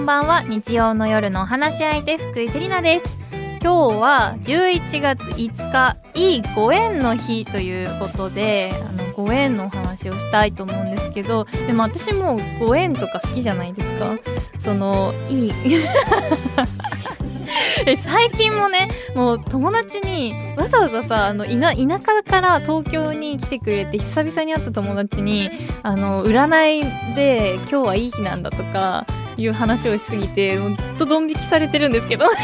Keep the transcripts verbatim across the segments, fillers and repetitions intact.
んばんは。日曜の夜のお話し相手、福井セリナです。今日はじゅういちがついつか、いいご縁の日ということで、あのご縁のお話をしたいと思うんですけど、でも私もご縁とか好きじゃないですか。そのいいえ最近もね、もう友達にわざわざさ、あの田舎から東京に来てくれて久々に会った友達に、あの占いで今日はいい日なんだとかいう話をしすぎて、もうずっとドン引きされてるんですけど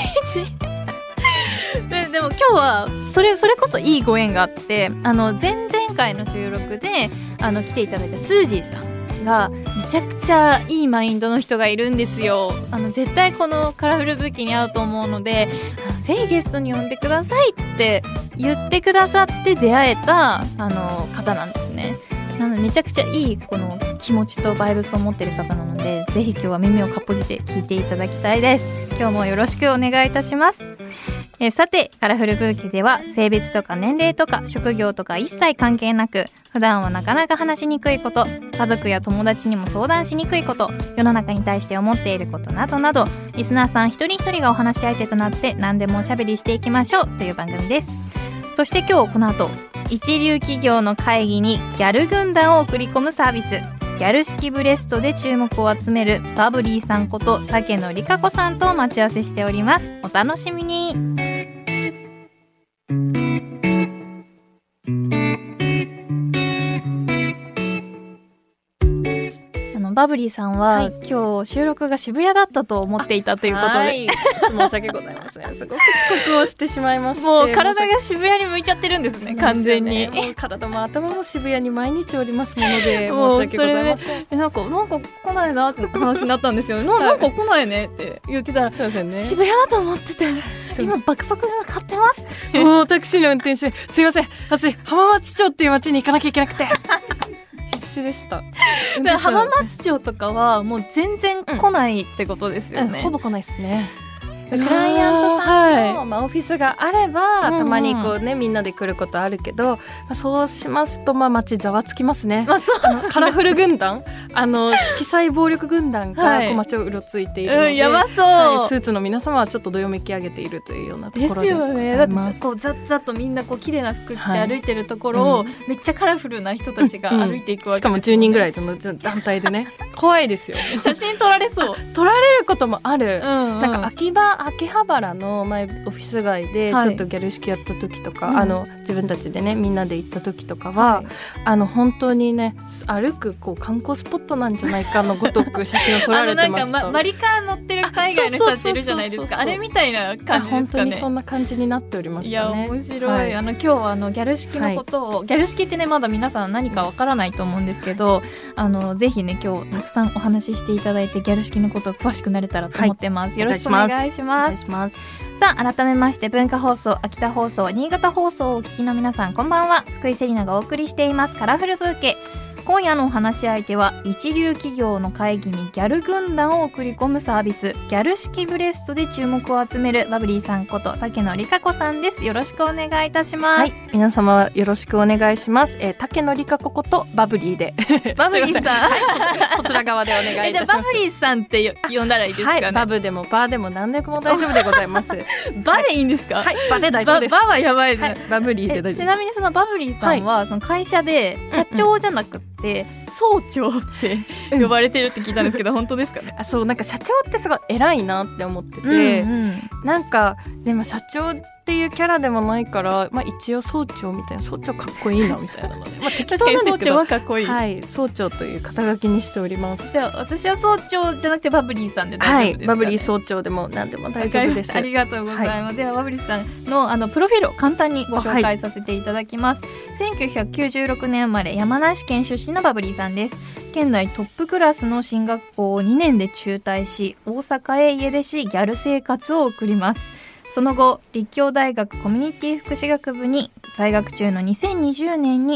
で, でも今日はそれそれこそいいご縁があって、あの前々回の収録であの来ていただいたスージーさんがめちゃくちゃいいマインドの人がいるんですよ。あの絶対このカラフルブーケに合うと思うので、ぜひゲストに呼んでくださいって言ってくださって出会えたあの方なんですね。なのでめちゃくちゃいいこの気持ちとバイブスを持っている方なので、ぜひ今日は耳をかっぽじて聞いていただきたいです。今日もよろしくお願いいたします。えー、さてカラフルブーケでは性別とか年齢とか職業とか一切関係なく、普段はなかなか話しにくいこと、家族や友達にも相談しにくいこと、世の中に対して思っていることなどなど、リスナーさん一人一人がお話し相手となって何でもおしゃべりしていきましょうという番組です。そして今日この後、一流企業の会議にギャル軍団を送り込むサービス、ギャル式ブレストで注目を集めるバブリーさんこと竹野里香子さんと待ち合わせしております。お楽しみに。バブリーさんは、はい、今日収録が渋谷だったと思っていたということで、はい、 申し訳ございません。すごく遅刻をしてしまいまして、 もう体が渋谷に向いちゃってるんですね、完全に。 もう体も頭も渋谷に毎日おりますもので、申し訳ございません。 えなんかなんか来ないなって話になったんですよ。な, なんか来ないねって言ってたら、 そうですよね、 渋谷だと思ってて今爆速で向かってますもうタクシーの運転手、すいません、私浜松町っていう街に行かなきゃいけなくて必死でした。 で浜松町とかはもう全然来ないってことですよね、 うんうん、ほぼ来ないですね。クライアントさんの、はい、まあ、オフィスがあれば、うんうん、たまにこう、ね、みんなで来ることあるけど、まあ、そうしますと、まあ、街ざわつきますね、 まあ、そうあのカラフル軍団あの色彩暴力軍団が、はい、こう街をうろついているので、 うん、やばそう、 はい、スーツの皆様はちょっとどよめき上げているというようなところでございます。 ですよね。だってこうざっざっとみんなこう綺麗な服着て歩いてるところを、はい、うん、めっちゃカラフルな人たちが歩いていくわけですよね、うん、しかもじゅうにんぐらいの団体でね怖いですよ写真撮られそう撮られることもある、うんうん、なんか秋葉、秋葉原の前オフィス街でちょっとギャル式やった時とか、はい、あの自分たちでねみんなで行った時とかは、はい、あの本当にね歩くこう観光スポットなんじゃないかのごとく写真を撮られてました。あのなんか、ま、 マリカー乗ってる海外の人たちいるじゃないですか。あれみたいな感じですかね。 本当にそんな感じになっておりましたね。 いや面白い、はい、あの今日はあのギャル式のことを、はい、ギャル式ってねまだ皆さん何かわからないと思うんですけど、あのぜひね今日たくさんお話ししていただいてギャル式のことを詳しくなれたらと思ってます、はい、よろしくお願いします。お願いします。さあ改めまして文化放送、秋田放送、新潟放送をお聞きの皆さんこんばんは。福井セリナがお送りしていますカラフルブーケ。今夜のお話し相手は一流企業の会議にギャル軍団を送り込むサービス、ギャル式ブレストで注目を集めるバブリーさんこと竹野里香子さんです。よろしくお願いいたします。はい、 皆様よろしくお願いします。えー、竹野里香子ことバブリーでバブリーさんはい、 そちら側でお願いいたします。えじゃあバブリーさんって呼んだらいいですかね。 はい、バブでもバーでも何でも大丈夫でございますバでいいんですか。 はい、バで大丈夫です。 バはやばいです、 はい、バブリーで大丈夫です。 ちなみにそのバブリーさんは、はい、その会社で社長じゃなくて、うんうん、総長って呼ばれてるって聞いたんですけど、うん、本当ですかね。 あ、そう、なんか社長ってすごい偉いなって思ってて、うんうん、なんかでも社長っていうキャラでもないから、まあ、一応総長みたいな、総長かっこいいなみたいなので、まあ、適当なんですけど、 総長はかっこいい、 はい、総長という肩書きにしております。 じゃあ私は総長じゃなくてバブリーさんで大丈夫ですかね。 はい、バブリー総長でも何でも大丈夫です。 ありがとうございます、はい、ではバブリーさんの、あのプロフィールを簡単にご紹介させていただきます、はい、せんきゅうひゃくきゅうじゅうろくねん生まれ、山梨県出身のバブリーさんです。県内トップクラスの進学校をにねんで中退し、大阪へ家出しギャル生活を送ります。その後立教大学コミュニティ福祉学部に在学中のにせんにじゅうねんに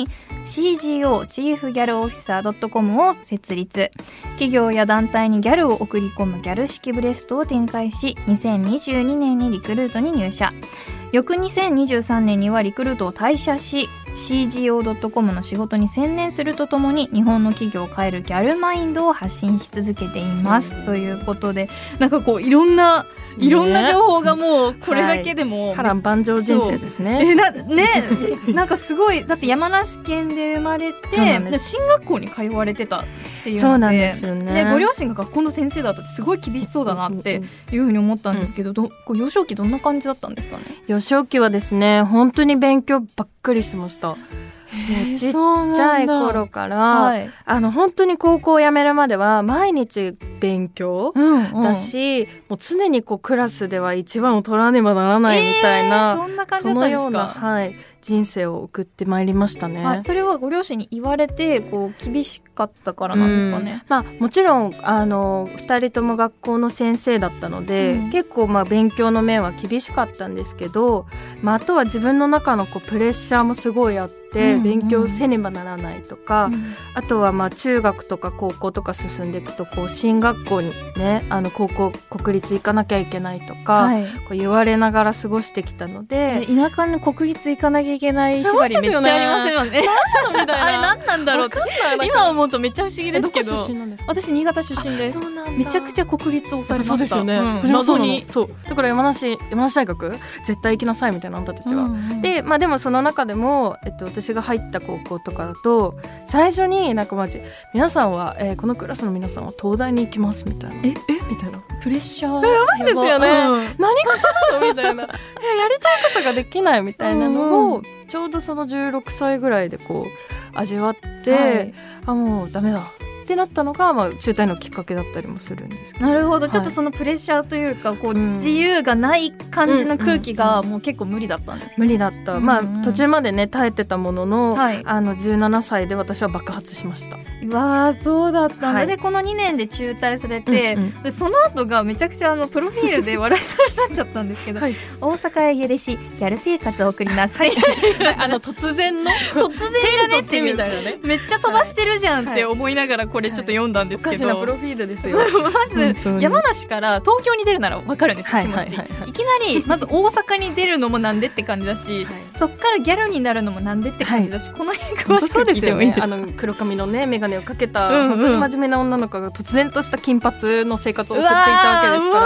シージーオー チーフギャルオフィサー ドットコム を設立。企業や団体にギャルを送り込むギャル式ブレストを展開し、にせんにじゅうにねんにリクルートに入社。翌にせんにじゅうさんねんにはリクルートを退社し、シージーオー ドットコム の仕事に専念するとともに、日本の企業を変えるギャルマインドを発信し続けています、うん、ということで、なんかこういろんないろんな情報がもうこれだけでも、 はい、波乱万丈人生ですね。 えなねなんかすごい、だって山梨県で生まれて進学校に通われてたっていうので、 そうなんですよね。 でご両親が学校の先生だったってすごい厳しそうだなっていうふうに思ったんですけど、うんうん、どこう幼少期どんな感じだったんですかね。 幼少期はですね、本当に勉強ばっかりしてました。もうちっちゃい頃から、はい、あの本当に高校を辞めるまでは毎日勉強だし、うんうん、もう常にこうクラスでは一番を取らねばならないみたいな、 えー、そんな感じだったんですか。 そのような、はい、人生を送ってまいりましたね、 はい、それはご両親に言われてこう厳しかったからなんですかね。 まあ、もちろんあのふたりとも学校の先生だったので、うん、結構まあ勉強の面は厳しかったんですけど、まあ、あとは自分の中のこうプレッシャーもすごいあって、うんうん、勉強せねばならないとか、うん、あとはまあ中学とか高校とか進んでいくとこう進学校にね、あの高校国立行かなきゃいけないとか、はい、こう言われながら過ごしてきたので、 田舎の国立行かなきゃいけない縛りめっちゃありますよね。あれ何なんだろうって今思うとめっちゃ不思議ですけど、私新潟出身でめちゃくちゃ国立をされました。 そうですよね、うん、謎にそうだから山梨、山梨大学絶対行きなさいみたいなあんたたちは、うんうん、で、まあ、でもその中でも、えっと、私が入った高校とかだと最初になんかマジ皆さんは、えー、このクラスの皆さんは東大に行きますみたいな、ええみたいなプレッシャーやばいですよね、うん、何事なのみたいなやりたいことができないみたいなのを、うん、ちょうどそのじゅうろくさいぐらいでこう味わって、はい、あもうダメだってなったのが、まあ、中退のきっかけだったりもするんですけど。 なるほど、はい、ちょっとそのプレッシャーというかこう、うん、自由がない感じの空気がもう結構無理だったんです、ね、 無理だった、うんうん、まあ途中までね耐えてたものの、はい、あのじゅうななさいで私は爆発しました。 うわーそうだったんだ、はい、でこのにねんで中退されて、うんうん、でその後がめちゃくちゃあのプロフィールで笑いそうになっちゃったんですけど、はい、大阪へ家出しギャル生活を送ります、はい、 あの突然の突然じゃねっていうみたいなね、めっちゃ飛ばしてるじゃんって思いながらこれちょっと読んだんですけど、おかしなプロフィールですよまず山梨から東京に出るなら分かるんですよ、気持ち、はいはいはいはい、いきなりまず大阪に出るのもなんでって感じだし、はい、そっからギャルになるのもなんでって感じだし、はい、この辺詳しく聞いてもいいですか。 そうですよね、あの黒髪のね眼鏡をかけた、うんうん、本当に真面目な女の子が突然とした金髪の生活を送っていたわけですから、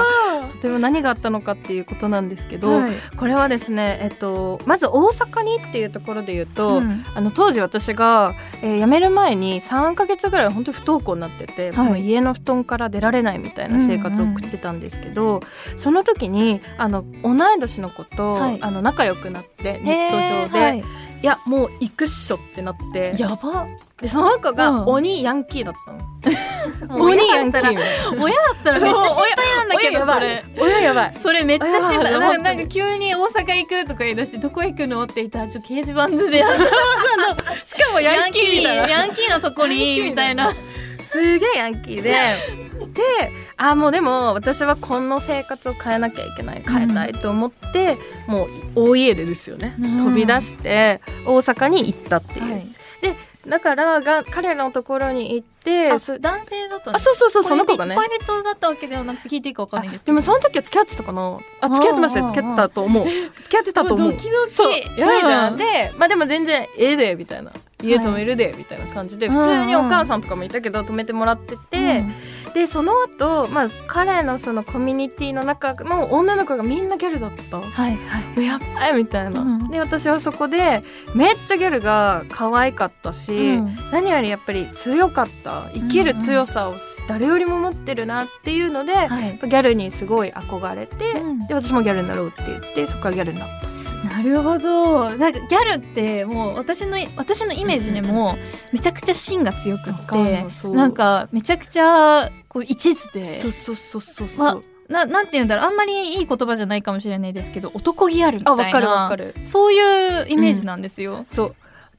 とても何があったのかっていうことなんですけど、はい、これはですね、えっと、まず大阪にっていうところで言うと、うん、あの当時私が、えー、辞める前にさんかげつぐらい本当に不登校になってて、はい、もう家の布団から出られないみたいな生活を送ってたんですけど、うんうん、その時にあの同い年の子と、はい、あの仲良くなってネット上で、はい、いやもう行くっしょってなって、 やばでその子が鬼ヤンキーだったの、うん、鬼ヤンキー親だったらめっちゃ心配なんだけど、それ親やばい、 それめっちゃ心配な、なんか急に大阪行くとか言い出してどこ行くのって言ったらちょっと掲示板でしかもヤンキーみたいなヤンキーのとこにみたいなすげえヤンキーでで、あもうでも私はこの生活を変えなきゃいけない、変えたいと思って、うん、もう大家出ですよね、うん、飛び出して大阪に行ったっていう、はい、でだからが彼らのところに行って、 男性だったんですか。 あそうそうそう、その子がね恋人だったわけではなくて聞いていいか分かんないんですけど、 でもその時は付き合ってたかなあ、付き合ってましたよ、付き合ってたと思う付き合ってたと思うドキドキ、 そうやばいじゃん、で、まあ、でも全然ええでみたいな、家止めるでみたいな感じで、はい、普通にお母さんとかもいたけど止めてもらってて、うん、でその後、まあ彼のそのコミュニティの中の女の子がみんなギャルだった、はいはい、やばいみたいな、うん、で私はそこでめっちゃギャルが可愛かったし、うん、何よりやっぱり強かった、生きる強さを誰よりも持ってるなっていうので、うんうん、ギャルにすごい憧れて、うん、で私もギャルになろうって言ってそこからギャルになった。 なるほど、なんかギャルってもう私の私のイメージでもめちゃくちゃ芯が強くって、なんかめちゃくちゃこう一途で、 そうそうそうそうそう、 まな, なんて言うんだろう、あんまりいい言葉じゃないかもしれないですけど、男気あるみたいな、 あ、わかるわかる、 そういうイメージなんですよ、 うん、そう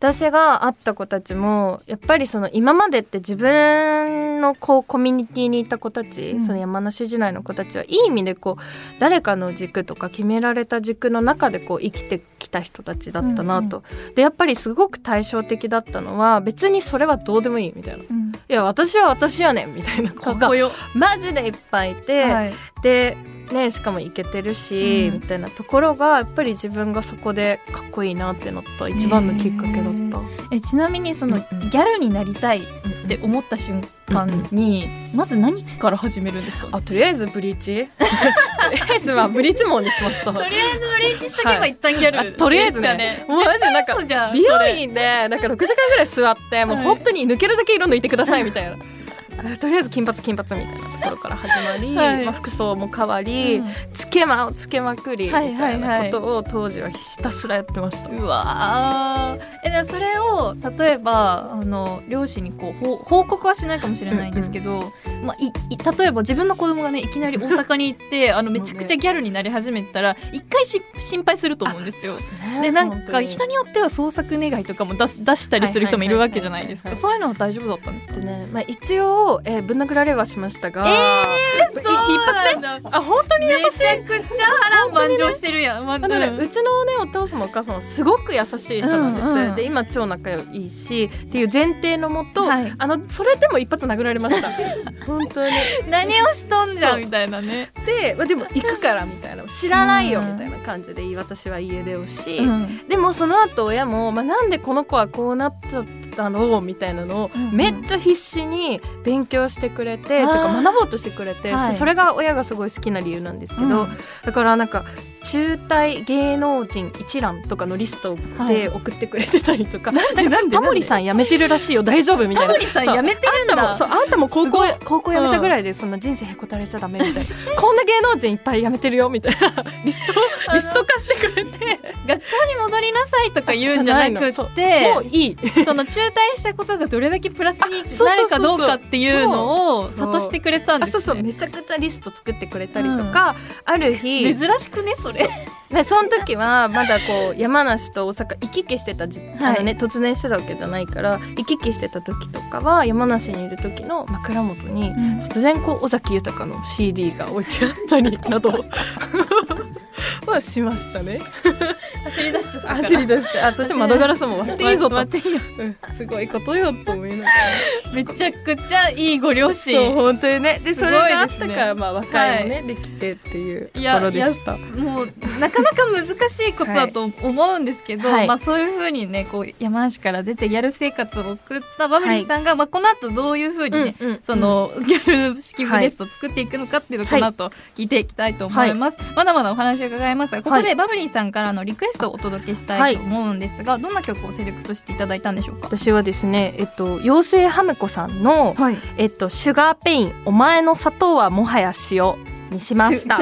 私が会った子たちもやっぱりその今までって自分のこうコミュニティにいた子たち、うん、その山梨時代の子たちはいい意味でこう誰かの軸とか決められた軸の中でこう生きてきた人たちだったなと、うんうん、でやっぱりすごく対照的だったのは別にそれはどうでもいいみたいな、うん、いや私は私やねんみたいな子がマジでいっぱいいて、はい、でね、しかもイケてるし、うん、みたいなところがやっぱり自分がそこでかっこいいなってなった一番のきっかけだった。 えちなみにその、うんうん、ギャルになりたいって思った瞬間に、うんうん、まず何から始めるんですか？ あとりあえずブリーチとりあえずはブリーチ網にしました。 とりあえずブリーチしとけば一旦ギャル、はい、 とりあえずねもうマジなんか美容院でなんかろくじかんぐらい座ってもう本当に抜けるだけ色抜いてくださいみたいなとりあえず金髪金髪みたいなところから始まり、はい、まあ、服装も変わり、うん、つけまをつけまくりみたいなことを当時はひたすらやってました。 うわえでそれを例えばあの両親にこう報告はしないかもしれないんですけど、うんうん、まあ、いい例えば自分の子供がねいきなり大阪に行ってあのめちゃくちゃギャルになり始めたら一回し心配すると思うんですよ。ですね、でなんか人によっては創作願いとかも 出, 出したりする人もいるわけじゃないですか。そういうのは大丈夫だったんですか？ ね、まあ、一応えー、ぶん殴られはしましたが、 えー、そうなんだ。 一発であ本当に優しい。 めちゃくちゃ波乱万丈してるやん。まあのね、うちのねお父様お母様はすごく優しい人なんです、うんうん、で今超仲良いしっていう前提のもと、はい、あのそれでも一発殴られました本当に何をしとんじゃんみたいなね。 で、まあ、でも行くからみたいな知らないよみたいな感じで私は家出をし、うん、でもその後親も、まあ、なんでこの子はこうなっちゃったのみたいなのをめっちゃ必死に勉強してくれて、うん、とか学ぼうとしてくれて、はい、それが親がすごい好きな理由なんですけど、うん、だからなんか中退芸能人一覧とかのリストで送ってくれてたりとか、はい、なんでなんでタモリさん辞めてるらしいよ大丈夫みたいな。 タモリさん辞めてるんだ。 そうあんたも高校高校辞めたぐらいでそんな人生へこたれちゃダメみたいなこんな芸能人いっぱい辞めてるよみたいなリストリスト化してくれて学校に戻りなさいとか言うんじゃなくってもういいその中退したことがどれだけプラスになるかどうかっていうのを諭してくれたんですね。 そうそうめちゃくちゃリスト作ってくれたりとか、うん、ある日珍しくねそれね、その時はまだこう山梨と大阪行き来してたじ、はい、あのね、突然してたわけじゃないから行き来してた時とかは山梨にいる時の枕元に、うん、突然こう尾崎豊の シーディー が置いてあったりなどはしましたね走り出しちゃったから走り出してあそして窓ガラスも割っていいぞと、 割っていいよ、 うん、すごいことよと思いながらめちゃくちゃいいご両親。 そう本当にねでそれがあったから、まあ、和解もね、はい、できてっていうところでした。 いやもうなかなか難しいことだと思うんですけど、はい、まあ、そういう風にねこう山梨から出てギャル生活を送ったバブリーさんが、はい、まあ、この後どういう風にね、うんうん、そのギャル式ブレストを作っていくのかっていうのをこの後聞いていきたいと思います、はい、まだまだお話を伺いますがここでバブリーさんからのリクエストをお届けしたいと思うんですが、はい、どんな曲をセレクトしていただいたんでしょうか？ 私はですね、えっと、妖精ハムコさんの、はい、えっと、シュガーペインお前の砂糖はもはや塩にしました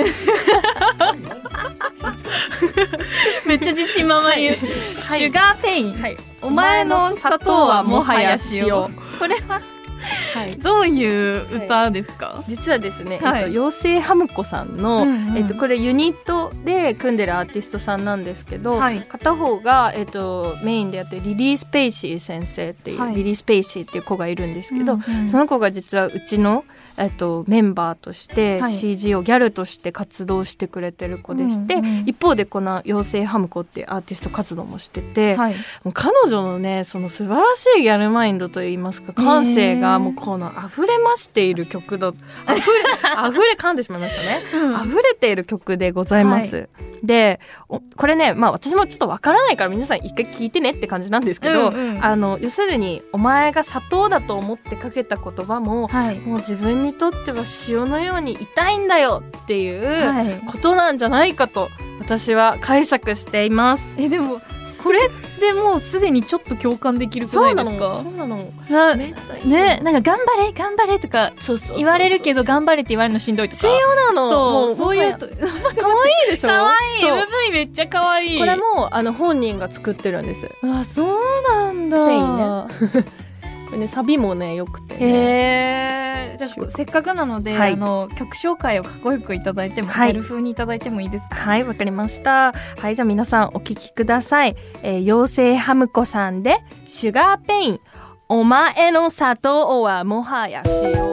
めっちゃ自信満々に、はい、シュガーペイン、はい、お前の砂糖はもはや塩。これははい、どういう歌ですか？ はい、実はですね、はい、えっと、妖精ハムコさんの、うんうん、えっと、これユニットで組んでるアーティストさんなんですけど、はい、片方が、えっと、メインでやってるリリー・スペイシー先生っていう、はい、リリー・スペイシーっていう子がいるんですけど、うんうん、その子が実はうちのえっと、メンバーとして シージー をギャルとして活動してくれてる子でして、うんうん、一方でこの妖精ハムコっていうアーティスト活動もしてて、はい、もう彼女のねその素晴らしいギャルマインドといいますか感性がもうこの溢れましている曲だ溢れ溢れ噛んでしまいましたね、うん、溢れている曲でございます、はい、でこれね、まあ、私もちょっとわからないから皆さん一回聞いてねって感じなんですけど、うんうん、あの要するにお前が砂糖だと思ってかけた言葉も、はい、もう自分にとっては塩のように痛いんだよっていうことなんじゃないかと私は解釈しています。 えでもこれでもうすでにちょっと共感できるくないですか？ そうなのなめっちゃいいね。なんか頑張れ頑張れとか言われるけど頑張れって言われるのしんどいとか信用なの。 そうそういうと可愛いでしょ。可愛い エムブイ めっちゃ可愛い。 これもあの本人が作ってるんです。 あそうなんだ。 ペインねこれねサビもねよくてね。 へーえー、じゃあせっかくなので、はい、あの曲紹介をかっこよくいただいても、はい、ギャル風にいただいてもいいですか？ はい、わかりました。はい、じゃあ皆さんお聞きください。えー、妖精ハムコさんでシュガーペイン、お前の砂糖はもはや塩。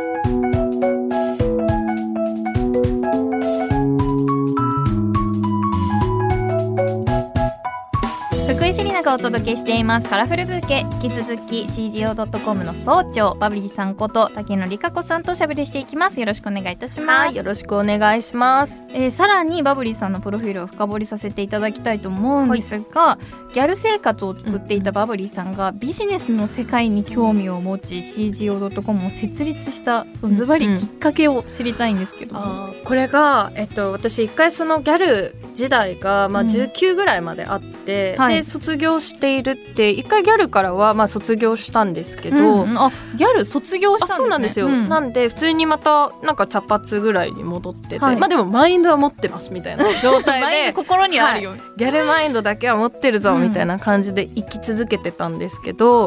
福井セリナがお届けしていますカラフルブーケ。引き続き シージーオードットコム の総長バブリーさんこと竹野理香子さんとしゃべりしていきます。よろしくお願いいたします。 はい、よろしくお願いします。 えー、さらにバブリーさんのプロフィールを深掘りさせていただきたいと思うんですが、はい、ギャル生活を送っていたバブリーさんがビジネスの世界に興味を持ち シージーオードットコム を設立したそのズバリきっかけを知りたいんですけど、うんうん、 あこれが、えっと、私一回そのギャル時代が、まあ、じゅうきゅうぐらいまであって、うんはい、で卒業しているって一回ギャルからはまあ卒業したんですけど、 うん、あギャル卒業したんですね。あそうなんですよ、うん、なんで普通にまたなんか茶髪ぐらいに戻ってて、はい、まあでもマインドは持ってますみたいな状態でマインド心にあるよ、はい、 ギャルマインドだけは持ってるぞみたいな感じで生き続けてたんですけど、うん、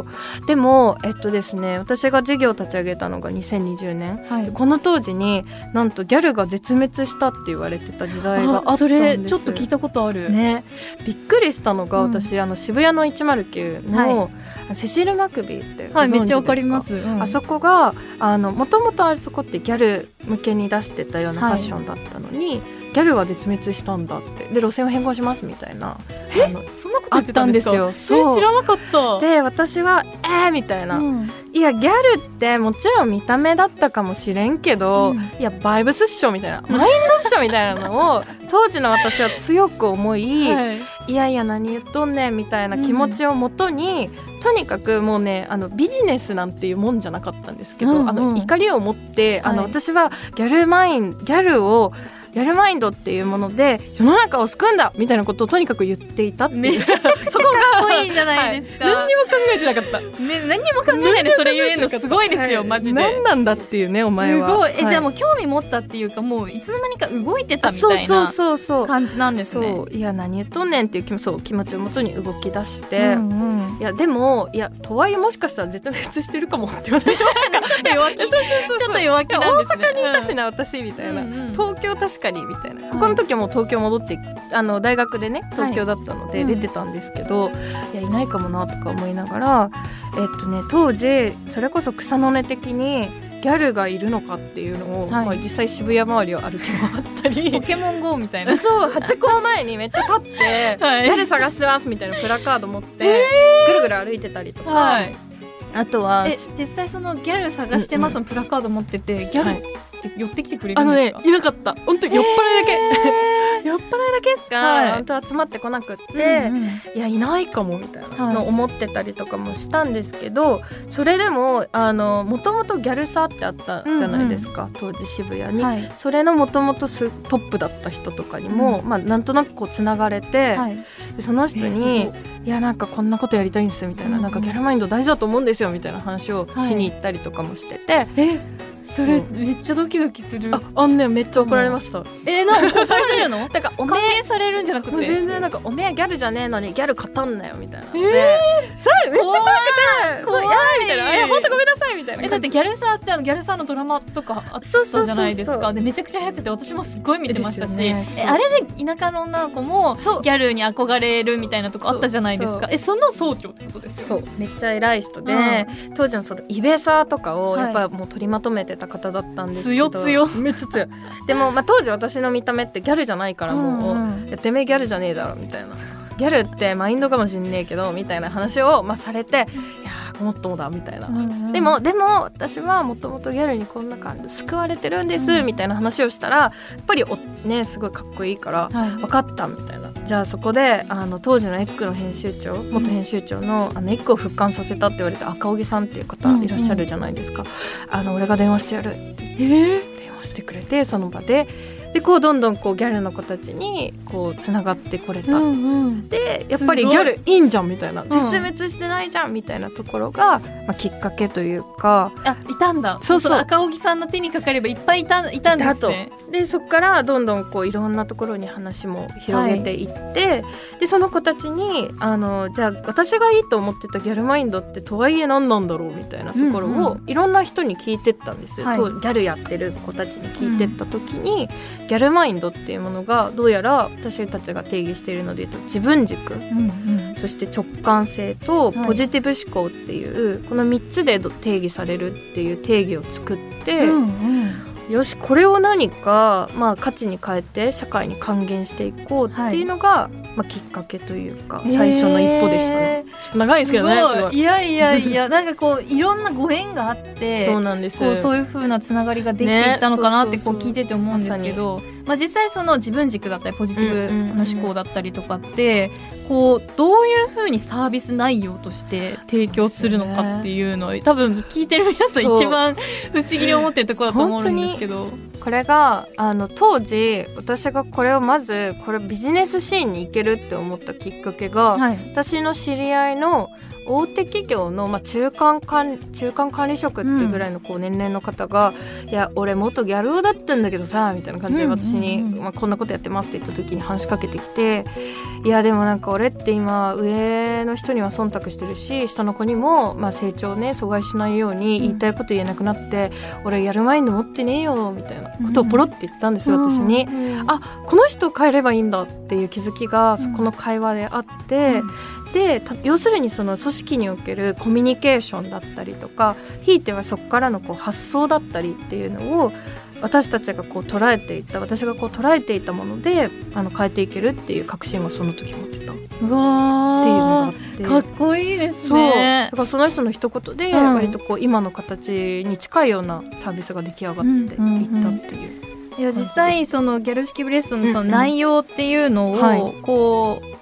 でもえっとですね私が事業を立ち上げたのがにせんにじゅうねん、はい、この当時になんとギャルが絶滅したって言われてた時代があったんですよ。 それちょっと聞いたことある、 ね、びっくりしたのが、うん、私あの渋谷のいちまるきゅうの、はい、セシル・マクビーってご存知ですか？はい、めっちゃわかります、うん、あそこがもともとあそこってギャル向けに出してたようなファッションだったのに、はい、ギャルは絶滅したんだってで路線を変更しますみたいなえそんなこと言ってたんですか？ あったんですよ。そう知らなかった。 で私はえーみたいな、うん、いやギャルってもちろん見た目だったかもしれんけど、うん、いやバイブスっしょみたいなマインドっしょみたいなのを当時の私は強く思い、はい、いやいや何言っとんねんみたいな気持ちをもとに、うん、とにかくもうねあのビジネスなんていうもんじゃなかったんですけど、うんうん、あの怒りを持って、はい、あの私はギャルマインギャルをギャルマインドっていうもので世の中を救うんだみたいなことをとにかく言っていたっていうそこがかっこいいじゃないですか、 はい、何にも考えてなかった、 ね、何にも考えないでそれ言えるのすごいですよ、はい、マジで何なんだっていうねお前はすごいえ、 はい、 じゃあもう興味持ったっていうかもういつの間にか動いてたみたいな感じなんですね。 そういや何言っとんねんっていう気もそう気持ちをもとに動き出して、うんうん、いやでもいやとはいえもしかしたら絶滅してるかもって私は弱気ちょっと弱気なんですね。 大阪にいたしな、うん、私みたいな、うんうん、東京確かにみたいな、ここの時はもう東京戻ってあの大学でね東京だったので出てたんですけど、はいうん、いやいないかもなとか思いながら、えっとね、当時それこそ草の根的にギャルがいるのかっていうのを、はいまあ、実際渋谷周りを歩き回ったりポケモン ゴー みたいなそうハチ公前にめっちゃ立って、はい、ギャル探してますみたいなプラカード持って、えー、ぐるぐる歩いてたりとか、はい、あとはえ実際そのギャル探してますのプラカード持ってて、うんうん、ギャルって寄ってきてくれるんですか？ あのねいなかった本当に酔っ払いだけ、えー、酔っ払いだけですか、はい、本当集まってこなくって、うんうん、いやいないかもみたいなの思ってたりとかもしたんですけど、はい、それでもあのもともとギャルサーってあったじゃないですか、うんうん、当時渋谷に、はい、それのもともとトップだった人とかにも、うんまあ、なんとなくこうつながれて、はい、その人に、えー、いやなんかこんなことやりたいんですみたいな、うんうん、なんかギャルマインド大事だと思うんですよみたいな話をしに行ったりとかもしてて、はい、 えそれめっちゃドキドキする。 あ、あんねめっちゃ怒られました、うん、 えー、なんかされるの？ なんかおめえされるんじゃなくて全然なんかおめえギャルじゃねえのにギャル語んなよみたいなので、えー、それめっちゃ怖くて怖いやーみたいな、えー、ほんとごめんなさいみたいな。 えだってギャルサーってあのギャルサーのドラマとかあったじゃないですか。でめちゃくちゃ流行ってて私もすごい見てましたし、ね、えあれで田舎の女の子もギャルに憧れるみたいなとこあったじゃないですか。えその総長ってことですよね。 そうめっちゃ偉い人で、うん、当時のそのイベサーとかをやっぱりもう取りまとめてた方だったんですけど、 強強めっちゃ強いでも、まあ、当時私の見た目ってギャルじゃないからもう、うんうん、いやてめえギャルじゃねえだろみたいなギャルってマインドかもしんねえけどみたいな話を、まあ、されていやもっともだみたいな、うんうん、でもでも私はもともとギャルにこんな感じで救われてるんです、うん、みたいな話をしたらやっぱりお、ね、すごいかっこいいから、はい、分かったみたいな。じゃあそこであの当時のエッグの編集長元編集長 の,、うん、あのエッグを復刊させたって言われた赤荻さんっていう方いらっしゃるじゃないですか、うんうん、あの俺が電話してやるって言って、えー、電話してくれてその場ででこうどんどんこうギャルの子たちにこうつながってこれた、うんうん、でやっぱりギャルいいんじゃんみたいな、絶滅してないじゃんみたいなところがまあ、きっかけというか、 あ、いたんだ。 そうそう、 赤荻さんの手にかかればいっぱいいた、いたんですね。 でそこからどんどんこういろんなところに話も広げていって、はい、でその子たちにあのじゃあ私がいいと思ってたギャルマインドってとはいえ何なんだろうみたいなところをいろんな人に聞いてったんですよ、はい、とギャルやってる子たちに聞いてった時に、うん、ギャルマインドっていうものがどうやら私たちが定義しているので言うと自分軸、うんうん、そして直感性とポジティブ思考っていう、はい、このみっつで定義されるっていう定義を作って、うんうん、よしこれを何か、まあ、価値に変えて社会に還元していこうっていうのが、はい、まあ、きっかけというか最初の一歩でしたね。ちょっと長いですけどね。すごい。 いやいやいやなんかこういろんなご縁があってそうなんです。 こうそういう風なつながりができていったのかなってこう聞いてて思うんですけど、ね、まあ、実際その自分軸だったりポジティブの思考だったりとかって、こうどういう風にサービス内容として提供するのかっていうのを多分聞いてる皆さん一番不思議に思ってるところだと思うんですけど、 これがあの当時私がこれをまずこれビジネスシーンに行けるって思ったきっかけが、はい、私の知り合いの大手企業の、まあ、中間管中間管理職ってぐらいのこう年齢の方が、うん、いや俺元ギャル男だったんだけどさみたいな感じで私に、うんうんうん、まあ、こんなことやってますって言った時に話しかけてきて、いやでもなんか俺って今上の人には忖度してるし下の子にも、まあ、成長ね阻害しないように言いたいこと言えなくなって、うん、俺やるマインド持ってねえよみたいなことをポロって言ったんですよ、うん、私に、うん、あこの人変えればいいんだっていう気づきがそこの会話であって、うん、で要するにその組織におけるコミュニケーションだったりとかひいてはそこからのこう発想だったりっていうのを私たちがこう捉えていた私がこう捉えていたものであの変えていけるっていう確信をその時持ってたっていうのがあってかっこいいですね。 そうだからその人の一言で割とこう今の形に近いようなサービスが出来上がっていったっていう、うんうんうん、 いや実際そのギャル式ブレストのその内容っていうのをこう、はい、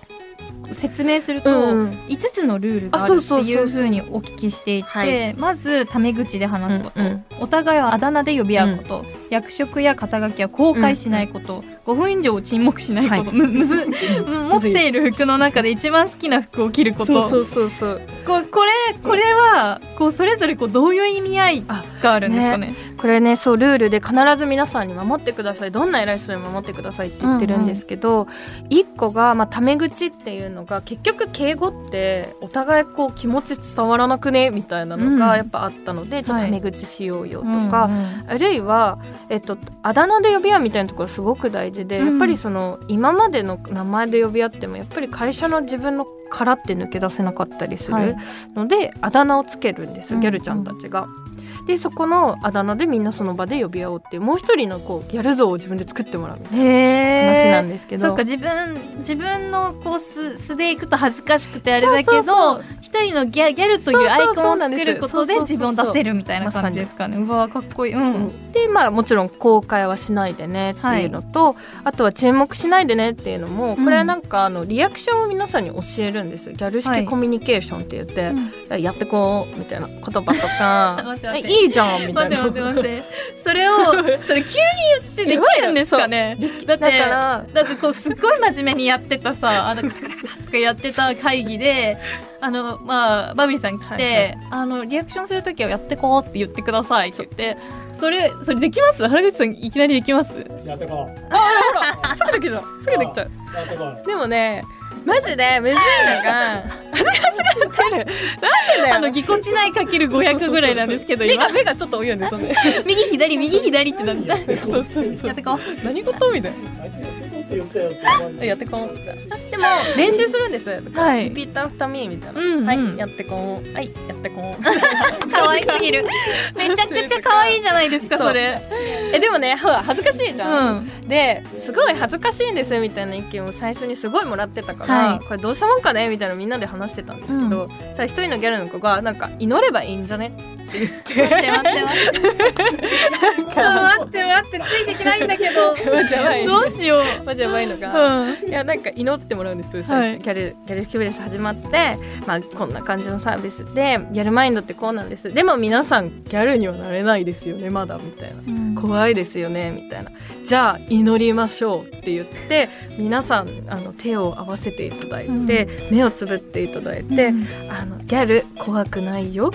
説明すると、うん、いつつのルールがあるっていう風にお聞きしていて、はい、まずタメ口で話すこと、うんうん、お互いをあだ名で呼び合うこと、うん、役職や肩書きは公開しないこと、うん、ごふん以上沈黙しないこと、はい、むむず持っている服の中で一番好きな服を着ることそうそうそうそうここれこれはこうそれぞれこうどういう意味合いがあるんですかね。 ねこれねそうルールで必ず皆さんに守ってくださいどんな偉い人でも守ってくださいって言ってるんですけど、うんうん、いっこが、まあ、タメ口っていうのが結局敬語ってお互いこう気持ち伝わらなくねみたいなのがやっぱあったので、うん、ちょっとタメ口しようよとか、はいうんうん、あるいは、えっと、あだ名で呼び合うみたいなところすごく大事で、うん、やっぱりその今までの名前で呼び合ってもやっぱり会社の自分の殻って抜け出せなかったりするので、はい、あだ名をつけるんですよギャルちゃんたちが、うんうんでそこのあだ名でみんなその場で呼び合おうっていうもう一人のこうギャル像を自分で作ってもらうみたいな話なんですけど、 そうか自分自分のこう素素でいくと恥ずかしくてあれだけど一人のギ ャ, ギャルというアイコンを作ることで自分を出せるみたいな感じですかね。うわかっこいい、うん、 でまあもちろん公開はしないでねっていうのと、はい、あとは注目しないでねっていうのもこれはなんかあのリアクションを皆さんに教えるんですよ。ギャル式コミュニケーションって言って、はい、やってこうみたいな言葉とかいいじゃんみたいな。 待って待って待ってそれをそれ急に言ってできるんですかね。だってだからだってこうすっごい真面目にやってたさあのカカカカカとかやってた会議であのまあバビリさん来て、はいはい、あのリアクションするときはやってこうって言ってくださいって言ってそれそれできます？原口さんいきなりできます？ やってこう。 あほらすぐできちゃうすぐできちゃう。 やってこう。 でもねマジでむずいのが恥ずかしがってるなんでだよあのぎこちないかけるごひゃくぐらいなんですけど今目がちょっと泳いでたね右左右左ってなってそうそうそうやってこう何事みたいなやってこうでも練習するんです、はい、リピーターフタミーみたいな、うんうん、はいやってこうはいやってこう可愛すぎるめちゃくちゃ可愛いじゃないですか そ, それえでもねほら恥ずかしいじゃん、うん、ですごい恥ずかしいんですみたいな意見を最初にすごいもらってたから、はい、これどうしたもんかねみたいなみんなで話してたんですけど、うん、さ一人のギャルの子がなんか祈ればいいんじゃねって言って待って待って待って待って待ってついてきないんだけどどうしようマジやばいのが、うん、いやなんか祈ってもらうんです最初、はい、ギャルギャル式ブレス始まって、まあ、こんな感じのサービスでギャルマインドってこうなんですでも皆さんギャルにはなれないですよねまだみたいな、うん、怖いですよねみたいなじゃあ祈りましょうって言って皆さんあの手を合わせていただいて、うん、目をつぶっていただいて、うん、あのギャル怖くないよ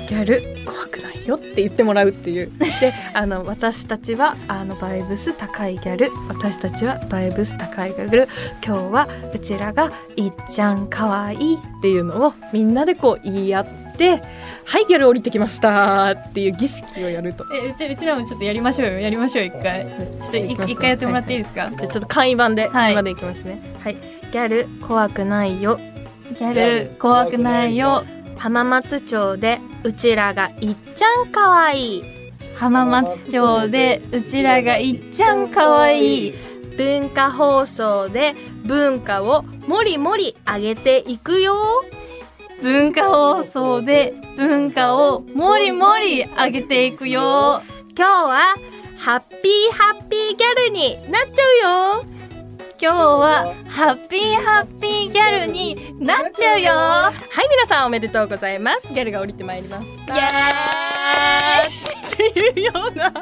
ギャル怖くないよって言ってもらうっていうであの私たちはあのバイブス高いギャル、私たちはバイブス高いギャル、今日はうちらがいっちゃんかわいいっていうのをみんなでこう言い合って、はいギャル降りてきましたっていう儀式をやると。 えうちうちらもちょっとやりましょうよやりましょう一回ちょっと一回やってもらっていいですか。 はいはい、じゃあちょっと簡易版で、はい、今でいきますね。はい、ギャル怖くないよ、 ギャル怖くないよ、 浜松町でうちらがいっちゃんかわいい、 浜松町でうちらがいっちゃんかわいい、 文化放送で文化をもりもり上げていくよ、 文化放送で文化をもりもり上げていくよ、 今日はハッピーハッピーギャルになっちゃうよ、 今日はハッピーハッピーギャルになっちゃうよ。 はい、皆さんおめでとうございます。ギャルが降りてまいりました。 イエーイっていうような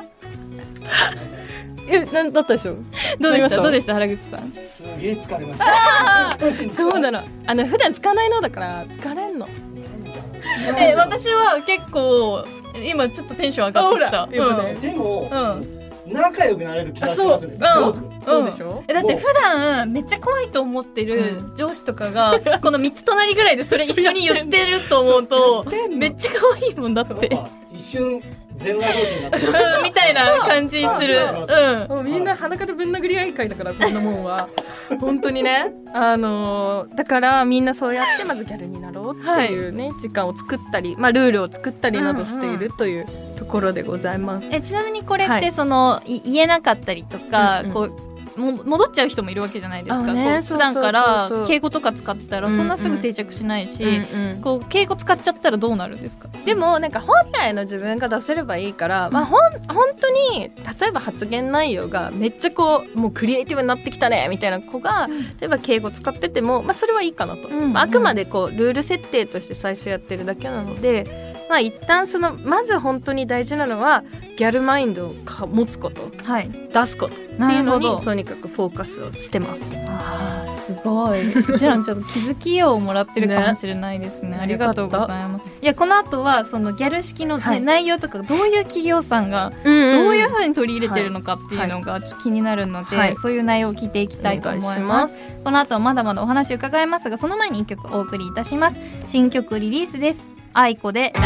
え、なんだったでしょう。 どうでしたどうでした原口さん。 すげえ疲れましたそうなの、あの普段使わないのだから疲れんの。 え、私は結構今ちょっとテンション上がってきた。 うん、でも、うん仲良くなれる気がしますね。すごく。 そうでしょ。 だって普段めっちゃ怖いと思ってる上司とかがこのみっつ隣ぐらいでそれ一緒に言ってると思うとめっちゃ可愛いもんだって。 一瞬全裸同士になってるみたいな感じする。 うん。もうみんな裸でぶん殴り合い会だからこんなもんは本当にね。あのだからみんなそうやってまずギャルになろうっていうね時間を作ったり、まあルールを作ったりなどしているというところでございます。 え、ちなみにこれってその言えなかったりとかこう。も戻っちゃう人もいるわけじゃないですか。ね、こう普段から敬語とか使ってたらそんなすぐ定着しないし、うんうん、こう敬語使っちゃったらどうなるんですか。 でもなんか本来の自分が出せればいいから、うん、まあほん本当に例えば発言内容がめっちゃこうもうクリエイティブになってきたねみたいな子が、うん、例えば敬語使ってても、まあ、それはいいかなと、うんうんまあ、あくまでこうルール設定として最初やってるだけなので。まあ、一旦そのまず本当に大事なのはギャルマインドを持つこと、はい、出すことっていうのにとにかくフォーカスをしてます。 あーすごい。うちらのちょっと気づきをもらってるかもしれないですね。ねありがとうございます。いやこの後はそのギャル式の、ねはい、内容とかどういう企業さんがどういう風に取り入れてるのかっていうのがちょっと気になるので、はいはい、そういう内容を聞いていきたいと思います。この後まだまだお話伺いますがその前にいっきょくお送りいたします。新曲リリースです。あいこでラジ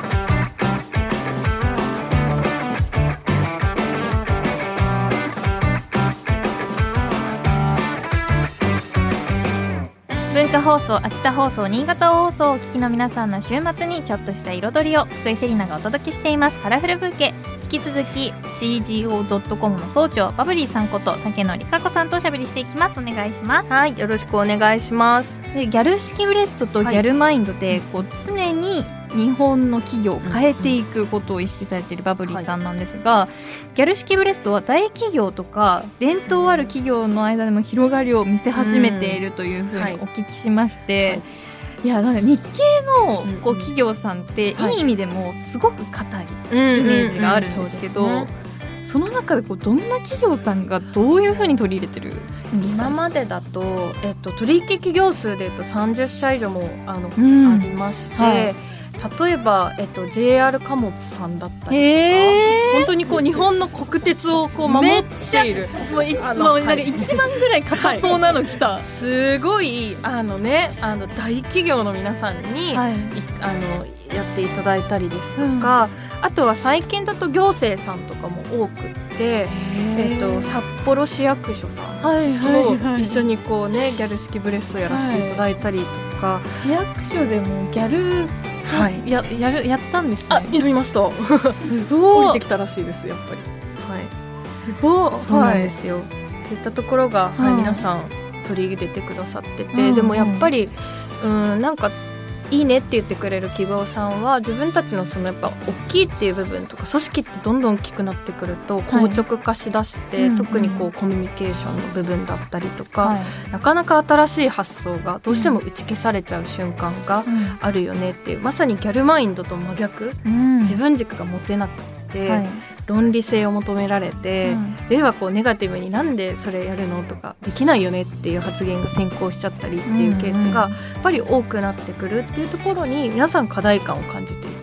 オ。文化放送、秋田放送、新潟放送をお聞きの皆さんの週末にちょっとした彩りを福井セリナがお届けしていますカラフルブーケ。引き続き シージーオードットコム の総長バブリーさんこと竹野里香子さんとおしゃべりしていきます。お願いします。 はい、よろしくお願いします。 でギャル式ブレストとギャルマインドで、はい、こう常に日本の企業を変えていくことを意識されているバブリーさんなんですが、はい、ギャル式ブレストは大企業とか伝統ある企業の間でも広がりを見せ始めているというふうにお聞きしまして、はいはいいやなんか日系のこう企業さんっていい意味でもすごく硬いイメージがあるんですけど、その中でこうどんな企業さんがどういうふうに取り入れてるんですか。 今までだと、えっと、取引企業数でいうとさんじゅっしゃ以上も あ, の、うん、ありまして、はい例えば、えっと、ジェイアール 貨物さんだったりとか本当にこう日本の国鉄をこう守っているもういつもなんか一番ぐらい硬そうなの来た、はい、 すごいあの、ね、あの大企業の皆さんに、はい、あのやっていただいたりですとか、うん、あとは最近だと行政さんとかも多くて、えっと、札幌市役所さんと一緒にこう、ね、ギャル式ブレストやらせていただいたりとか、はい、 市役所でもギャルはい、や, や, るやったんですね。 あ、やりました。 すごい。 降りてきたらしいですやっぱり。はい。 すごい。 そうなんですよ。はい、そういったところが、はいはい、皆さん取り入れてくださってて、うん、でもやっぱり、うん、なんかいいねって言ってくれる企業さんは自分たちのそのやっぱ大きいっていう部分とか組織ってどんどん大きくなってくると硬直化しだして、はい、特にこうコミュニケーションの部分だったりとか、はい、なかなか新しい発想がどうしても打ち消されちゃう瞬間があるよねっていう、まさにギャルマインドと真逆、うん、自分軸が持てなくて、はい、論理性を求められて、うん、例はこうネガティブになんでそれやるのとかできないよねっていう発言が先行しちゃったりっていうケースがやっぱり多くなってくるっていうところに皆さん課題感を感じていて、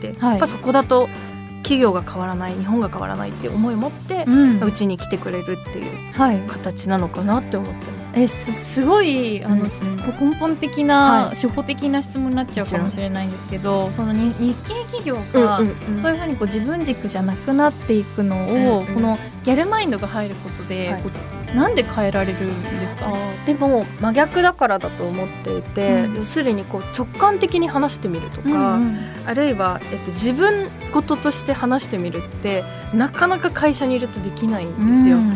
て、 はい、 やっぱそこだと企業が変わらない、日本が変わらないっていう思いを持ってうち、ん、に来てくれるっていう形なのかなって思ってます。 え す, すごいあの、うんうん、根本的な、はい、初歩的な質問になっちゃうかもしれないんですけど、その日系企業が、うんうんうん、そういうふうにこう自分軸じゃなくなっていくのを、うんうん、このギャルマインドが入ることで、はい、こうなんで変えられるんですか？ でも真逆だからだと思っていて、うん、要するにこう直感的に話してみるとか、うんうん、あるいは、えっと、自分事として話してみるってなかなか会社にいるとできないんですよ、うんうん、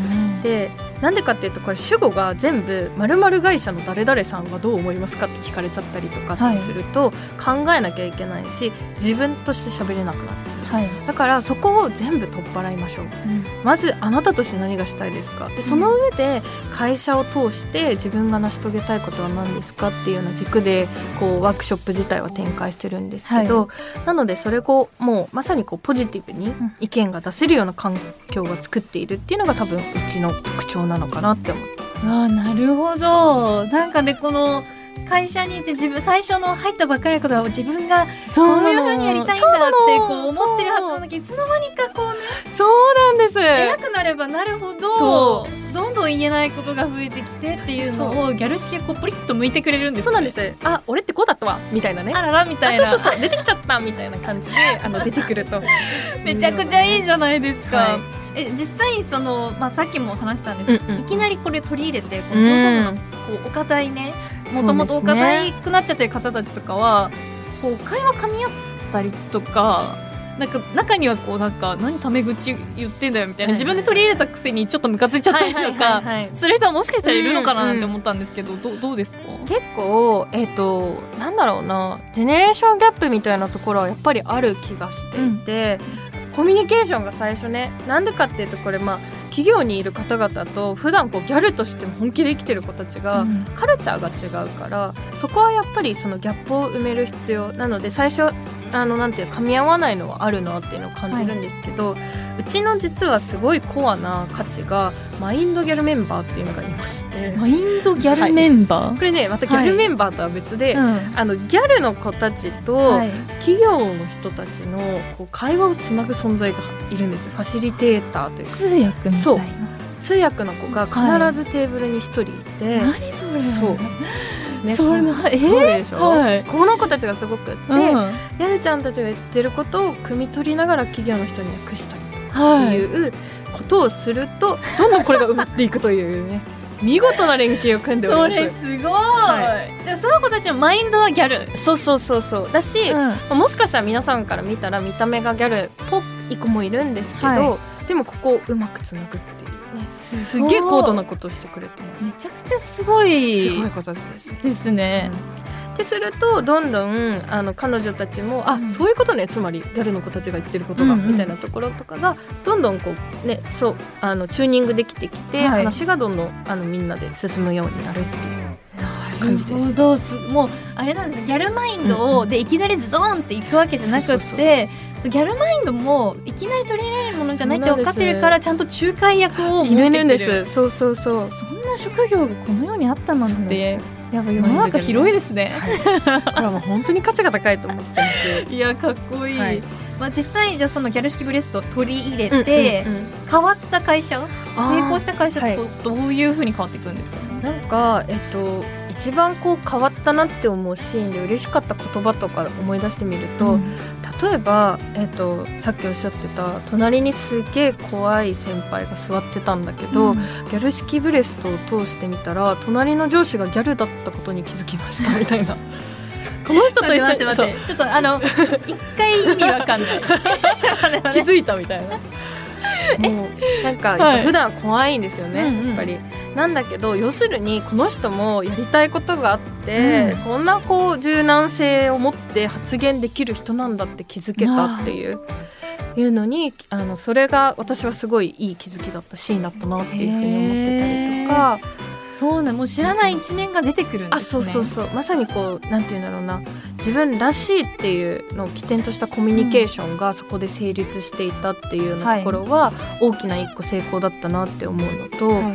でなんでかっていうとこれ主語が全部〇〇会社の誰々さんはどう思いますかって聞かれちゃったりとかってすると、はい、考えなきゃいけないし自分として喋れなくなっちゃう、はい、だからそこを全部取っ払いましょう、うん、まずあなたとして何がしたいですか、でその上で会社を通して自分が成し遂げたいことは何ですかっていうような軸でこうワークショップ自体は展開してるんですけど、はい、なのでそれをもうまさにこうポジティブに意見が出せるような環境が作っているっていうのが多分うちの特徴なのかなって思って。 あ、なるほど。なんかねこの会社にいて自分最初の入ったばっかりのことは自分がこういう風にやりたいんだってこう思ってるはずなんだけど、いつの間にかこうね、 そうなんです、 偉くなればなるほどどんどん言えないことが増えてきてっていうのをギャル式がこうポリッと向いてくれるんです、ね、 そうなんです。あ、俺ってこうだったわみたいなね、 あららみたいな、 そうそうそう出てきちゃったみたいな感じであの出てくるとめちゃくちゃいいじゃないですか、はい、え実際その、まあ、さっきも話したんですけど、うんうん、いきなりこれ取り入れてこの上手のこうお堅いね、もともとお堅いくなっちゃってる方たちとかはこう会話噛み合ったりとか、なんか中にはこうなんか何タメ口言ってんだよみたいな、自分で取り入れたくせにちょっとムカついちゃったりとかする人はもしかしたらいるのかななんて思ったんですけど、うんうん、ど, どうですか？ 結構えっ、ー、となんだろうな、ジェネレーションギャップみたいなところはやっぱりある気がしていて、うん、コミュニケーションが最初ね、なんでかっていうとこれまあ企業にいる方々と普段こうギャルとして本気で生きてる子たちが、うん、カルチャーが違うからそこはやっぱりそのギャップを埋める必要なので、最初あのなんていう噛み合わないのはあるなっていうのを感じるんですけど、はい、うちの実はすごいコアな価値がマインドギャルメンバーっていうのがいまして、 マインドギャルメンバー、 はい、これねまたギャルメンバーとは別で、はい、あのギャルの子たちと企業の人たちのこう会話をつなぐ存在がいるんですよ。ファシリテーターというか通訳みたいな、 そう通訳の子が必ずテーブルに一人いて、 はい、何それ、 そうね、 それな、えー、 そうでしょ、はい、この子たちがすごくって、うん、やるちゃんたちが言ってることを汲み取りながら企業の人に訳したりっていうことをすると、はい、どんどんこれが埋まっていくというね見事な連携を組んでおります。 それすごい、はい、でその子たちのマインドはギャル、 そうそうそうそうだし、うん、もしかしたら皆さんから見たら見た目がギャルっぽい子もいるんですけど、はい、でもここをうまくつなぐっていうね、すげえ高度なことをしてくれてます。 めちゃくちゃすごいすごいことですですね、 うん、ってするとどんどんあの彼女たちも、あ、うん、そういうことね、つまりギャルの子たちが言ってることが、うんうん、みたいなところとかがどんどんこう、ね、そうあのチューニングできてきて、はい、話がどんどんあのみんなで進むようになるっていう感じです。 なるほど、もうあれなんです、ギャルマインドを、うんうん、でいきなりズドンっていくわけじゃなくって、そうそうそう、ギャルマインドもいきなり取り入れられるものじゃないって分かってるから、ちゃんと仲介役を持ってきてる。 いるんです。そうそうそう。 そんな職業がこの世にあったなんて、やっぱ世の中広いですね。 はい、これはもう本当に価値が高いと思ってます。 いやかっこいい。はい、まあ、実際じゃあそのギャル式ブレストを取り入れて、うんうんうん、変わった会社、成功した会社ってどういう風に変わっていくんですかね。 なんかえっと一番こう変わったなって思うシーンで嬉しかった言葉とか思い出してみると、うん、例えば、えーと、さっきおっしゃってた隣にすげえ怖い先輩が座ってたんだけど、うん、ギャル式ブレストを通してみたら隣の上司がギャルだったことに気づきましたみたいなこの人と一緒に待って待ってちょっとあの一回意味わかんない気づいたみたいなもうなんかやっぱ普段怖いんですよね、はい、やっぱり、うんうん、なんだけど要するにこの人もやりたいことがあって、うん、こんなこう柔軟性を持って発言できる人なんだって気づけたっていういうのに、あのそれが私はすごいいい気づきだったシーンだったなっていうふうに思ってたりとか。 そうね、もう知らない一面が出てくるんですね。 あ、そうそうそう、まさにこうなんていうんだろうな、自分らしいっていうのを起点としたコミュニケーションがそこで成立していたっていうようなところは大きな一個成功だったなって思うのと、はい、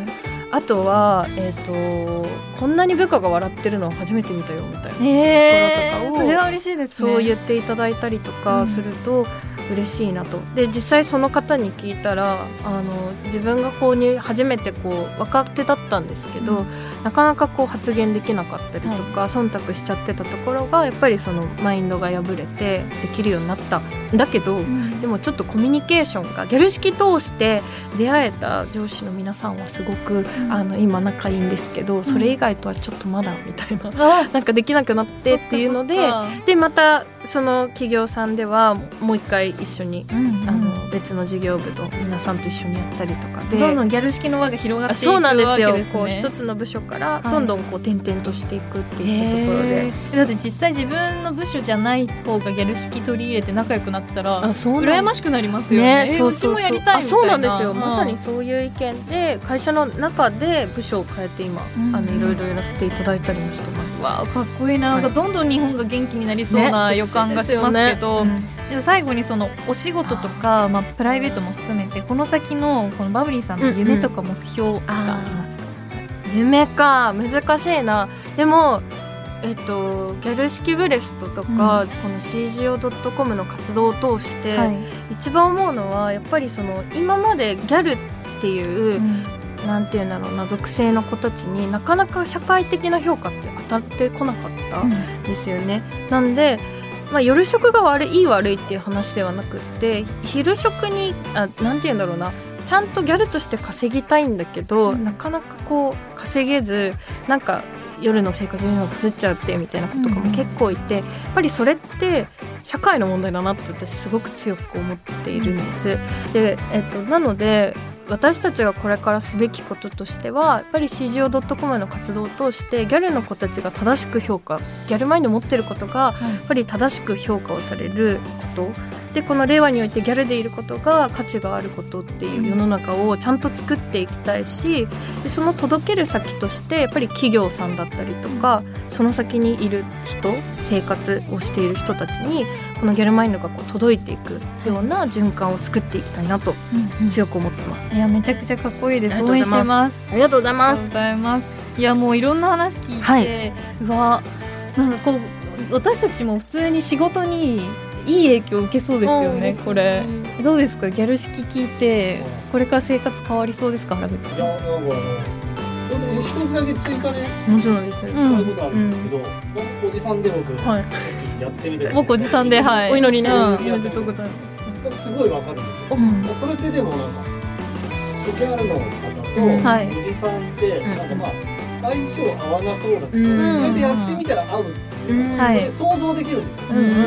あとは、えー、とこんなに部下が笑ってるのは初めて見たよみたいなところとかを、 えー、それは嬉しいですね。 そう言っていただいたりとかすると嬉しいなと。で実際その方に聞いたら、あの自分が購入初めてこう若手だったんですけど、うん、なかなかこう発言できなかったりとか、はい、忖度しちゃってたところがやっぱりそのマインドが破れてできるようになったんだけど、うん、でもちょっとコミュニケーションがギャル式通して出会えた上司の皆さんはすごく、うん、あの今仲いいんですけど、それ以外とはちょっとまだみたいな、うん、なんかできなくなってっていうので、でまたその企業さんではもう一回一緒に、うんうん、あの別の事業部と皆さんと一緒にやったりとかで、 どんどんギャル式の輪が広がっていくわけですね。そうなんですよ。 こう一つの部署からどんどんこう転々としていくっていうところで、 だって実際自分の部署じゃない方がギャル式取り入れて仲良くなったら羨ましくなりますよね。 ね、そうそうそう、 うちもやりたいみたいな。 そうなんですよ、まさにそういう意見で会社の中で部署を変えて今、うん、あのいろいろやらせていただいたりもしてます。 わあかっこいいな、はい、なんかどんどん日本が元気になりそうな予感がしますけど、ね、でも最後にそのお仕事とか、まあ、プライベートも含めてこの先のこのバブリーさんの夢とか目標とかありますか？ うんうん、夢か難しいな。でもえっと、ギャル式ブレストとか、うん、この シージーオードットコム の活動を通して、はい、一番思うのはやっぱりその今までギャルっていう、うん、なんていうんだろうな、属性の子たちになかなか社会的な評価って当たってこなかったんですよね。うん、なんで、まあ、夜食が悪いいい悪いっていう話ではなくって昼食にあなんていうんだろうな、ちゃんとギャルとして稼ぎたいんだけど、うん、なかなかこう稼げずなんか夜の生活にうまくすっちゃうってみたいなこととかも結構いて、うん、やっぱりそれって社会の問題だなって私すごく強く思っているんです。で、えっと、なので私たちがこれからすべきこととしてはやっぱり シージーオードットコム の活動を通してギャルの子たちが正しく評価、ギャルマインドを持っていることがやっぱり正しく評価をされることで、この令和においてギャルでいることが価値があることっていう世の中をちゃんと作っていきたいし、でその届ける先としてやっぱり企業さんだったりとかその先にいる人、生活をしている人たちにこのギャルマインドがこう届いていくような循環を作っていきたいなと強く思ってます。 いやめちゃくちゃかっこいいです。応援してます。 ありがとうございます。 ありがとうございます。いやもういろんな話聞いて、はい、うわなんかこう私たちも普通に仕事にいい影響を受けそうですよね。これどうですか、ギャル式聞いてこれから生活変わりそうですか、原口さん。いやなんか一つだけ追加でもちろんですね、 そういうことあるんですけど、うん、おじさんで僕、はい、やってみたい。 僕おじさんで、はい、 お祈りね、うん、 おめでとうございます。すごいわかるんですよ、うん、それってでもなんかギャルの方とおじさんって、うん、なんかまあ相性合わなそうだけど、うん、それでやってみたら合うっていう、うん、それ想像できるんですよ、うんうん、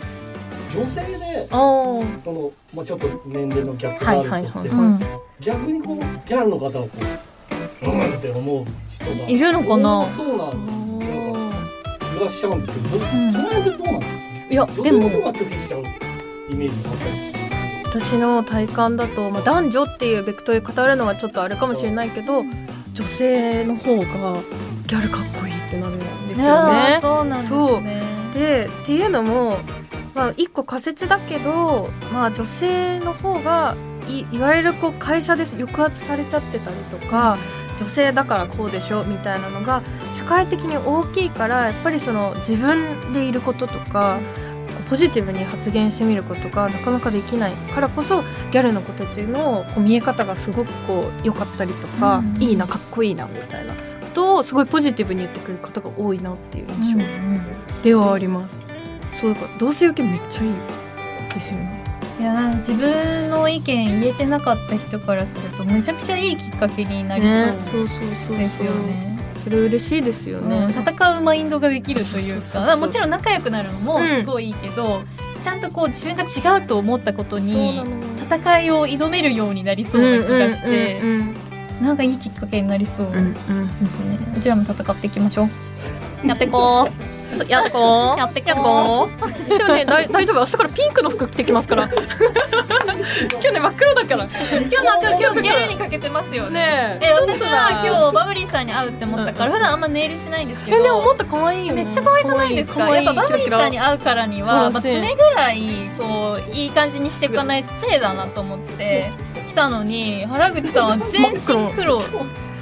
女性でその、まあ、ちょっと年齢のギャップがある人って、はいはいはいはい、逆にこうギャルの方をこううんって思う人がいるのかな。 そうなん気がしちゃうんですけど、うん、その辺ってどうなんですか。 いやでも女性の方が拒否しちゃうイメージがあったりする。 私の体感だと、まあ、男女っていうベクトルで語るのはちょっとあれかもしれないけど、女性の方がギャルかっこいいってなるんですよね。 そうなんですね。 でっていうのも、まあ、一個仮説だけど、まあ、女性の方が い, いわゆるこう会社で抑圧されちゃってたりとか、うん、女性だからこうでしょみたいなのが社会的に大きいから、やっぱりその自分でいることとか、ポジティブに発言してみることがなかなかできないからこそ、ギャルの子たちのこう見え方がすごくこう良かったりとか、うん、いいなかっこいいなみたいなことをすごいポジティブに言ってくれる方が多いなっていう印象ではあります。うんうん、そうだから同性受けめっちゃいいですよね。 いやなんか自分の意見言えてなかった人からするとめちゃくちゃいいきっかけになりそうですよね。 それ嬉しいですよね。 うん、戦うマインドができるというか、もちろん仲良くなるのもすごいいいけど、うん、ちゃんとこう自分が違うと思ったことに戦いを挑めるようになりそうな気がして、うんうんうん、なんかいいきっかけになりそうですね。うんうん、うちらも戦っていきましょう。やっていこう。 やってこうやってこうでもね、大丈夫、明日からピンクの服着てきますから今日ね真っ黒だから今日真っ黒、今日ギャルにかけてますよね。ねえ、私は今日バブリーさんに会うって思ったから、うん、普段あんまネイルしないんですけど、 えでももっと可愛いよ。 めっちゃ可愛くないですか。やっぱバブリーさんに会うからには、まあ、常ぐらいこういい感じにしていかない失礼だなと思って来たのに、原口さんは全身黒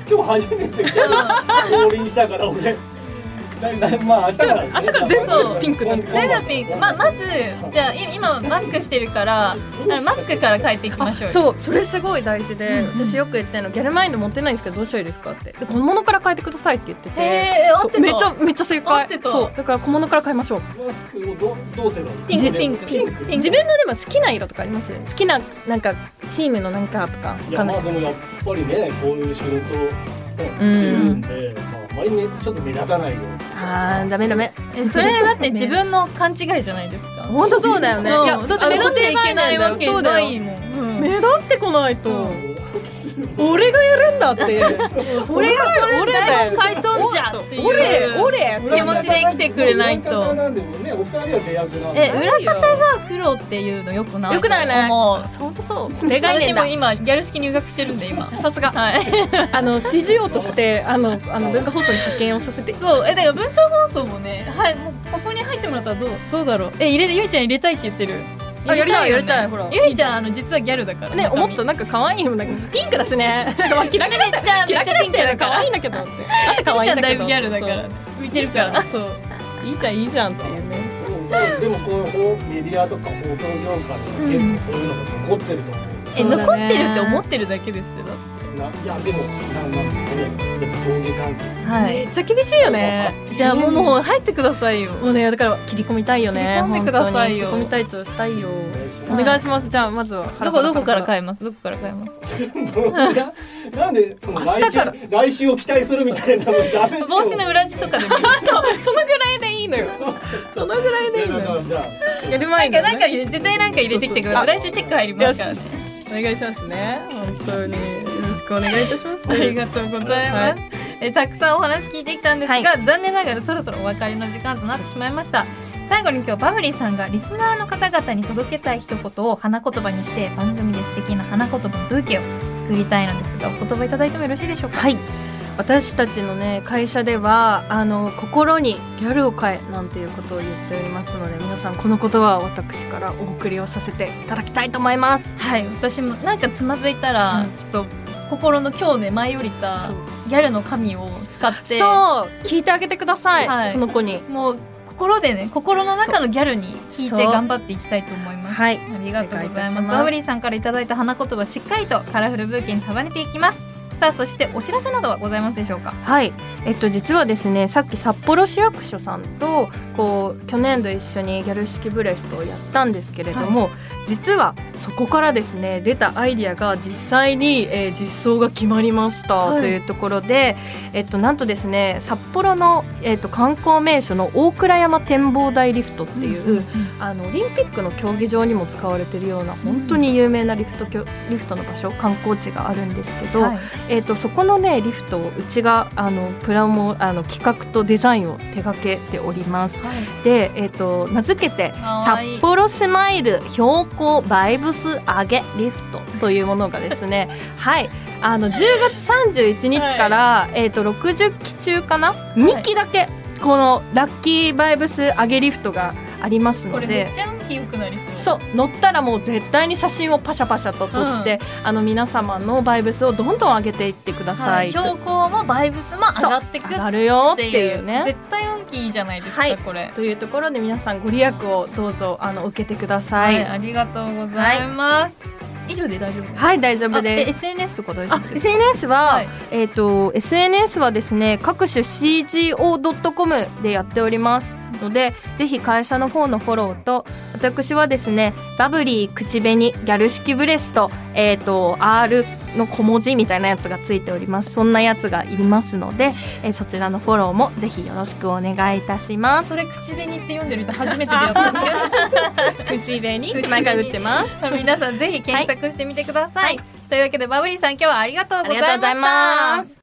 今日初めて降臨したから俺まあ明日から明日から全部ピンクになって全部ピンク、ままずじゃあ今マスクしてるからあのマスクから変えていきましょうよ。 そうそれすごい大事で、うんうん、私よく言ってるのギャルマインド持ってないんですけどどうしたらいいですかってで小物から変えてくださいって言っててへー合ってためっちゃめっちゃ正解そうだから小物から変えましょう。 マスクを ど, どうすればいいですか。 ピンクピンクピンク自分のでも好きな色とかあります好きななんかチームのなんかとかいやまあでもやっぱりねこういう仕事をしてるんで、うんまあ、あまりねちょっと目立たないよあーダメダメえそれだって自分の勘違いじゃないですか。 本当そうだよね。いやだって目立っちゃいけないわけないもん、うん、 目立ってこないと、うん俺がやるんだって俺が俺だよ回答じゃんっていう俺俺気持ちで来てくれないとえ裏方が黒っていうのよくないよくないねもう本当そう私も今ギャル式入学してるんで今さすがはいあの指示をとしてあのあの文化放送に派遣をさせてそうえだから文化放送もねはいもうここに入ってもらったらどうどうだろうえ入れゆいちゃん入れたいって言ってるあやりたいやりたいほらゆいちゃんあの実はギャルだからね思ったなんか可愛いよなんかピンクだしねキラキラめっちゃキラキラしてる可愛いんだけどってあ可愛いんだけどゆいちゃんだいぶギャルだから浮いてるからそういいじゃんいいじゃんっていうねでもこのメディアとか放送業界で結構そういうのが残ってると思う、 え残ってるって思ってるだけですけどいやでもなんなんですかね上下関係、 はい、 めっちゃ厳しいよね。 じゃあもうもう入ってくださいよ。 もうねだから切り込みたいよね。 切り込んでくださいよ。 切り込み隊長したいよ。お願いします。じゃあまずはどこどこから変えます。どこから変えます。 なんでその来週来週を期待するみたいなのダメ。 帽子の裏地とかでもいい。 そうそのぐらいでいいのよ。そのぐらいでいいのよ。 じゃあやる前になんか絶対なんか入れてきてください。来週チェック入りますからね。 お願いしますね。本当によろしくお願いいたします。 ありがとうございます。はい、えたくさんお話聞いてきたんですが、はい、残念ながらそろそろお別れの時間となってしまいました。最後に今日バブリーさんがリスナーの方々に届けたい一言を花言葉にして番組で素敵な花言葉のブーケを作りたいのですがお言葉いただいてもよろしいでしょうか。 はい、私たちのね会社ではあの心にギャルを変えなんていうことを言っておりますので皆さんこの言葉は私からお送りをさせていただきたいと思います。 はい私もなんかつまずいたら、うん、ちょっと心の今日ね舞い降りたギャルの神を使ってそう聞いてあげてください、はい、その子にもう心でね心の中のギャルに聞いて頑張っていきたいと思います。はい、ありがとうございます。バブリーさんからいただいた花言葉しっかりとカラフルブーケに束ねていきます。さあそしてお知らせなどはございますでしょうか。 はいえっと実はですねさっき札幌市役所さんとこう去年度一緒にギャル式ブレストをやったんですけれども、はい、実はそこからですね出たアイディアが実際に、えー、実装が決まりました、はい、というところで、えっと、なんとですね札幌の、えっと、観光名所の大倉山展望台リフトっていう、うんうんうん、あのオリンピックの競技場にも使われているような本当に有名なリフト、リフトの場所観光地があるんですけど、はいえー、とそこのねリフトをうちがあのプラモあの企画とデザインを手掛けております、はい、で、えー、と名付けて札幌スマイル標高バイブス上げリフトというものがですねはいあのじゅうがつさんじゅういちにちから、はいえー、とろくじゅっき中かな、はい、にきだけこのラッキーバイブス上げリフトがありますのでこれめっちゃ運気良くなりそうそう乗ったらもう絶対に写真をパシャパシャと撮って、うん、あの皆様のバイブスをどんどん上げていってください、 はい、標高もバイブスも上がってくっていう上がるよっていうね絶対運気いいじゃないですか、はい、これというところで皆さんご利益をどうぞあの受けてください、はい、 ありがとうございます、はい以上で大丈夫ですか。 はい大丈夫です。 エスエヌエス とか大丈夫ですか。 エスエヌエス は、はいえー、と エスエヌエス はですね各種 シージーオードットコム でやっておりますのでぜひ会社の方のフォローと私はですねバブリー口紅ギャル式ブレスト、えー、と R の小文字みたいなやつがついておりますそんなやつがいりますので、えー、そちらのフォローもぜひよろしくお願いいたします。 それ口紅って読んでる人初めて出会ったんで口紅って毎回打ってます皆さんぜひ検索してみてください、はい、というわけでバブリーさん今日はありがとうございました。